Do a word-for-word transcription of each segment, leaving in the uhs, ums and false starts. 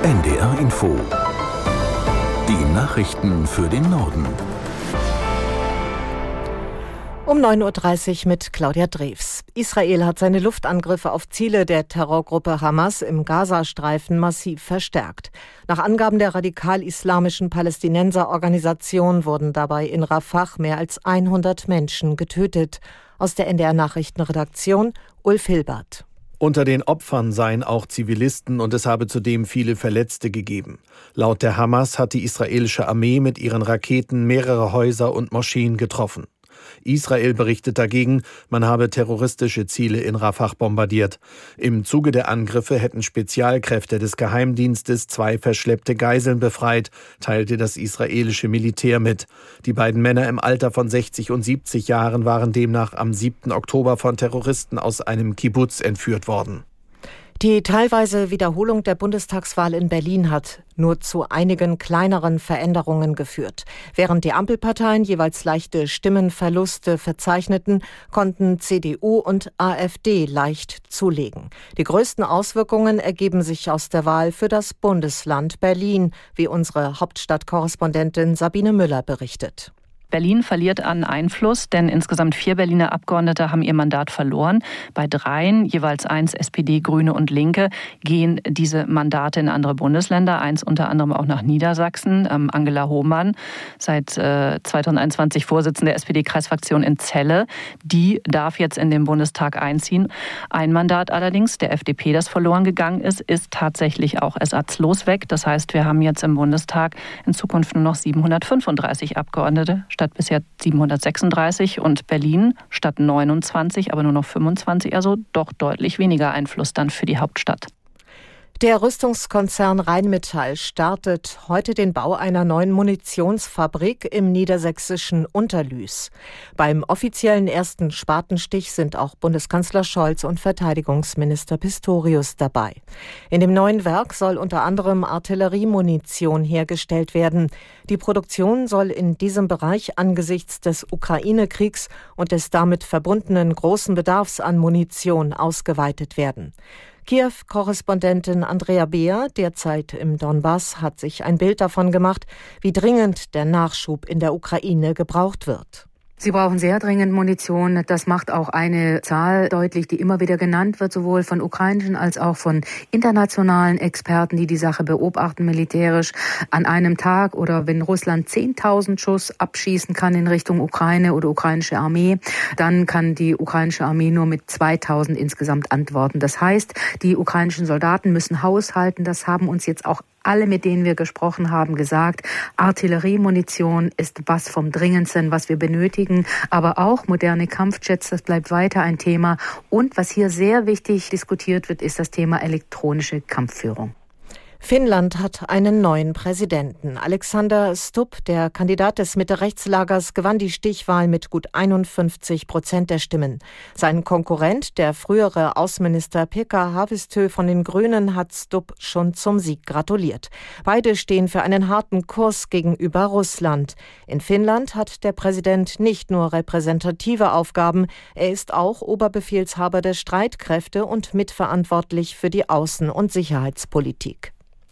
N D R Info. Die Nachrichten für den Norden. Um neun Uhr dreißig mit Claudia Drews. Israel hat seine Luftangriffe auf Ziele der Terrorgruppe Hamas im Gazastreifen massiv verstärkt. Nach Angaben der radikal-islamischen Palästinenserorganisation wurden dabei in Rafah mehr als hundert Menschen getötet. Aus der N D R-Nachrichtenredaktion Ulf Hilbert. Unter den Opfern seien auch Zivilisten und es habe zudem viele Verletzte gegeben. Laut der Hamas hat die israelische Armee mit ihren Raketen mehrere Häuser und Moscheen getroffen. Israel berichtet dagegen, man habe terroristische Ziele in Rafah bombardiert. Im Zuge der Angriffe hätten Spezialkräfte des Geheimdienstes zwei verschleppte Geiseln befreit, teilte das israelische Militär mit. Die beiden Männer im Alter von sechzig und siebzig Jahren waren demnach am siebten Oktober von Terroristen aus einem Kibbuz entführt worden. Die teilweise Wiederholung der Bundestagswahl in Berlin hat nur zu einigen kleineren Veränderungen geführt. Während die Ampelparteien jeweils leichte Stimmenverluste verzeichneten, konnten C D U und AfD leicht zulegen. Die größten Auswirkungen ergeben sich aus der Wahl für das Bundesland Berlin, wie unsere Hauptstadtkorrespondentin Sabine Müller berichtet. Berlin verliert an Einfluss, denn insgesamt vier Berliner Abgeordnete haben ihr Mandat verloren. Bei dreien, jeweils eins S P D, Grüne und Linke, gehen diese Mandate in andere Bundesländer, eins unter anderem auch nach Niedersachsen. Ähm, Angela Hohmann, seit äh, zweitausendeinundzwanzig Vorsitzende der S P D-Kreisfraktion in Celle, die darf jetzt in den Bundestag einziehen. Ein Mandat allerdings, der F D P, das verloren gegangen ist, ist tatsächlich auch ersatzlos weg. Das heißt, wir haben jetzt im Bundestag in Zukunft nur noch siebenhundertfünfunddreißig Abgeordnete, statt bisher siebenhundertsechsunddreißig, und Berlin statt neunundzwanzig, aber nur noch fünfundzwanzig, also doch deutlich weniger Einfluss dann für die Hauptstadt. Der Rüstungskonzern Rheinmetall startet heute den Bau einer neuen Munitionsfabrik im niedersächsischen Unterlüß. Beim offiziellen ersten Spatenstich sind auch Bundeskanzler Scholz und Verteidigungsminister Pistorius dabei. In dem neuen Werk soll unter anderem Artilleriemunition hergestellt werden. Die Produktion soll in diesem Bereich angesichts des Ukraine-Kriegs und des damit verbundenen großen Bedarfs an Munition ausgeweitet werden. Kiew-Korrespondentin Andrea Beer, derzeit im Donbass, hat sich ein Bild davon gemacht, wie dringend der Nachschub in der Ukraine gebraucht wird. Sie brauchen sehr dringend Munition. Das macht auch eine Zahl deutlich, die immer wieder genannt wird, sowohl von ukrainischen als auch von internationalen Experten, die die Sache beobachten militärisch. An einem Tag oder wenn Russland zehntausend Schuss abschießen kann in Richtung Ukraine oder ukrainische Armee, dann kann die ukrainische Armee nur mit zweitausend insgesamt antworten. Das heißt, die ukrainischen Soldaten müssen haushalten. Das haben uns jetzt auch alle, mit denen wir gesprochen haben, gesagt. Artilleriemunition ist was vom Dringendsten, was wir benötigen. Aber auch moderne Kampfjets, das bleibt weiter ein Thema. Und was hier sehr wichtig diskutiert wird, ist das Thema elektronische Kampfführung. Finnland hat einen neuen Präsidenten. Alexander Stubb, der Kandidat des Mitte-Rechts-Lagers, gewann die Stichwahl mit gut einundfünfzig Prozent der Stimmen. Sein Konkurrent, der frühere Außenminister Pekka Haavisto von den Grünen, hat Stubb schon zum Sieg gratuliert. Beide stehen für einen harten Kurs gegenüber Russland. In Finnland hat der Präsident nicht nur repräsentative Aufgaben, er ist auch Oberbefehlshaber der Streitkräfte und mitverantwortlich für die Außen- und Sicherheitspolitik.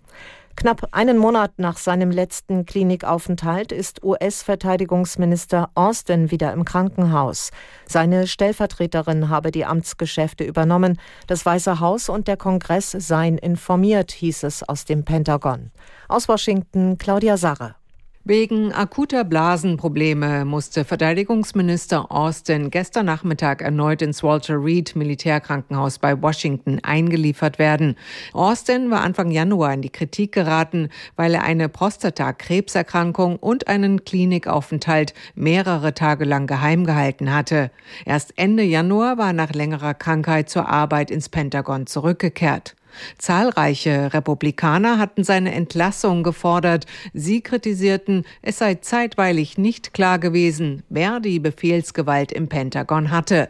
Knapp einen Monat nach seinem letzten Klinikaufenthalt ist U S-Verteidigungsminister Austin wieder im Krankenhaus. Seine Stellvertreterin habe die Amtsgeschäfte übernommen. Das Weiße Haus und der Kongress seien informiert, hieß es aus dem Pentagon. Aus Washington, Claudia Sarre. Wegen akuter Blasenprobleme musste Verteidigungsminister Austin gestern Nachmittag erneut ins Walter Reed Militärkrankenhaus bei Washington eingeliefert werden. Austin war Anfang Januar in die Kritik geraten, weil er eine Prostatakrebserkrankung und einen Klinikaufenthalt mehrere Tage lang geheim gehalten hatte. Erst Ende Januar war er nach längerer Krankheit zur Arbeit ins Pentagon zurückgekehrt. Zahlreiche Republikaner hatten seine Entlassung gefordert. Sie kritisierten, es sei zeitweilig nicht klar gewesen, wer die Befehlsgewalt im Pentagon hatte.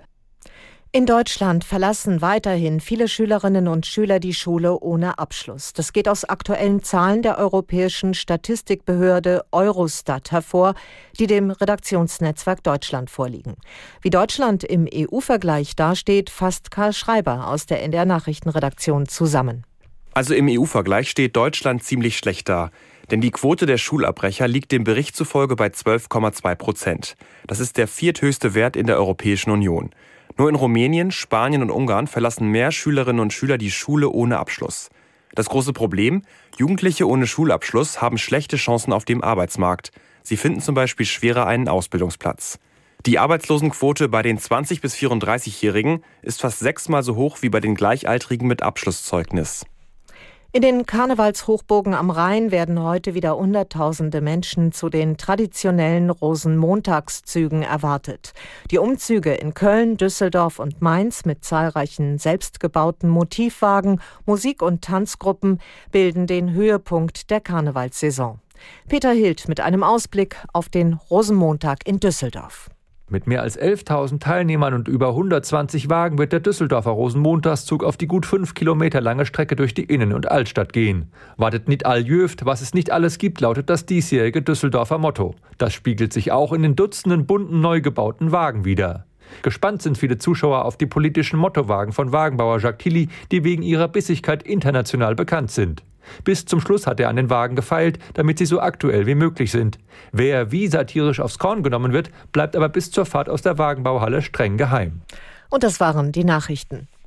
In Deutschland verlassen weiterhin viele Schülerinnen und Schüler die Schule ohne Abschluss. Das geht aus aktuellen Zahlen der europäischen Statistikbehörde Eurostat hervor, die dem Redaktionsnetzwerk Deutschland vorliegen. Wie Deutschland im E U-Vergleich dasteht, fasst Karl Schreiber aus der N D R-Nachrichtenredaktion zusammen. Also im E U-Vergleich steht Deutschland ziemlich schlecht da. Denn die Quote der Schulabbrecher liegt dem Bericht zufolge bei zwölf Komma zwei Prozent. Das ist der vierthöchste Wert in der Europäischen Union. Nur in Rumänien, Spanien und Ungarn verlassen mehr Schülerinnen und Schüler die Schule ohne Abschluss. Das große Problem? Jugendliche ohne Schulabschluss haben schlechte Chancen auf dem Arbeitsmarkt. Sie finden zum Beispiel schwerer einen Ausbildungsplatz. Die Arbeitslosenquote bei den zwanzig- bis vierunddreißigjährigen ist fast sechsmal so hoch wie bei den Gleichaltrigen mit Abschlusszeugnis. In den Karnevalshochburgen am Rhein werden heute wieder Hunderttausende Menschen zu den traditionellen Rosenmontagszügen erwartet. Die Umzüge in Köln, Düsseldorf und Mainz mit zahlreichen selbstgebauten Motivwagen, Musik- und Tanzgruppen bilden den Höhepunkt der Karnevalssaison. Peter Hild mit einem Ausblick auf den Rosenmontag in Düsseldorf. Mit mehr als elftausend Teilnehmern und über hundertzwanzig Wagen wird der Düsseldorfer Rosenmontagszug auf die gut fünf Kilometer lange Strecke durch die Innen- und Altstadt gehen. Wartet nicht all jöft, was es nicht alles gibt, lautet das diesjährige Düsseldorfer Motto. Das spiegelt sich auch in den Dutzenden bunten neu gebauten Wagen wider. Gespannt sind viele Zuschauer auf die politischen Mottowagen von Wagenbauer Jacques Tilly, die wegen ihrer Bissigkeit international bekannt sind. Bis zum Schluss hat er an den Wagen gefeilt, damit sie so aktuell wie möglich sind. Wer wie satirisch aufs Korn genommen wird, bleibt aber bis zur Fahrt aus der Wagenbauhalle streng geheim. Und das waren die Nachrichten.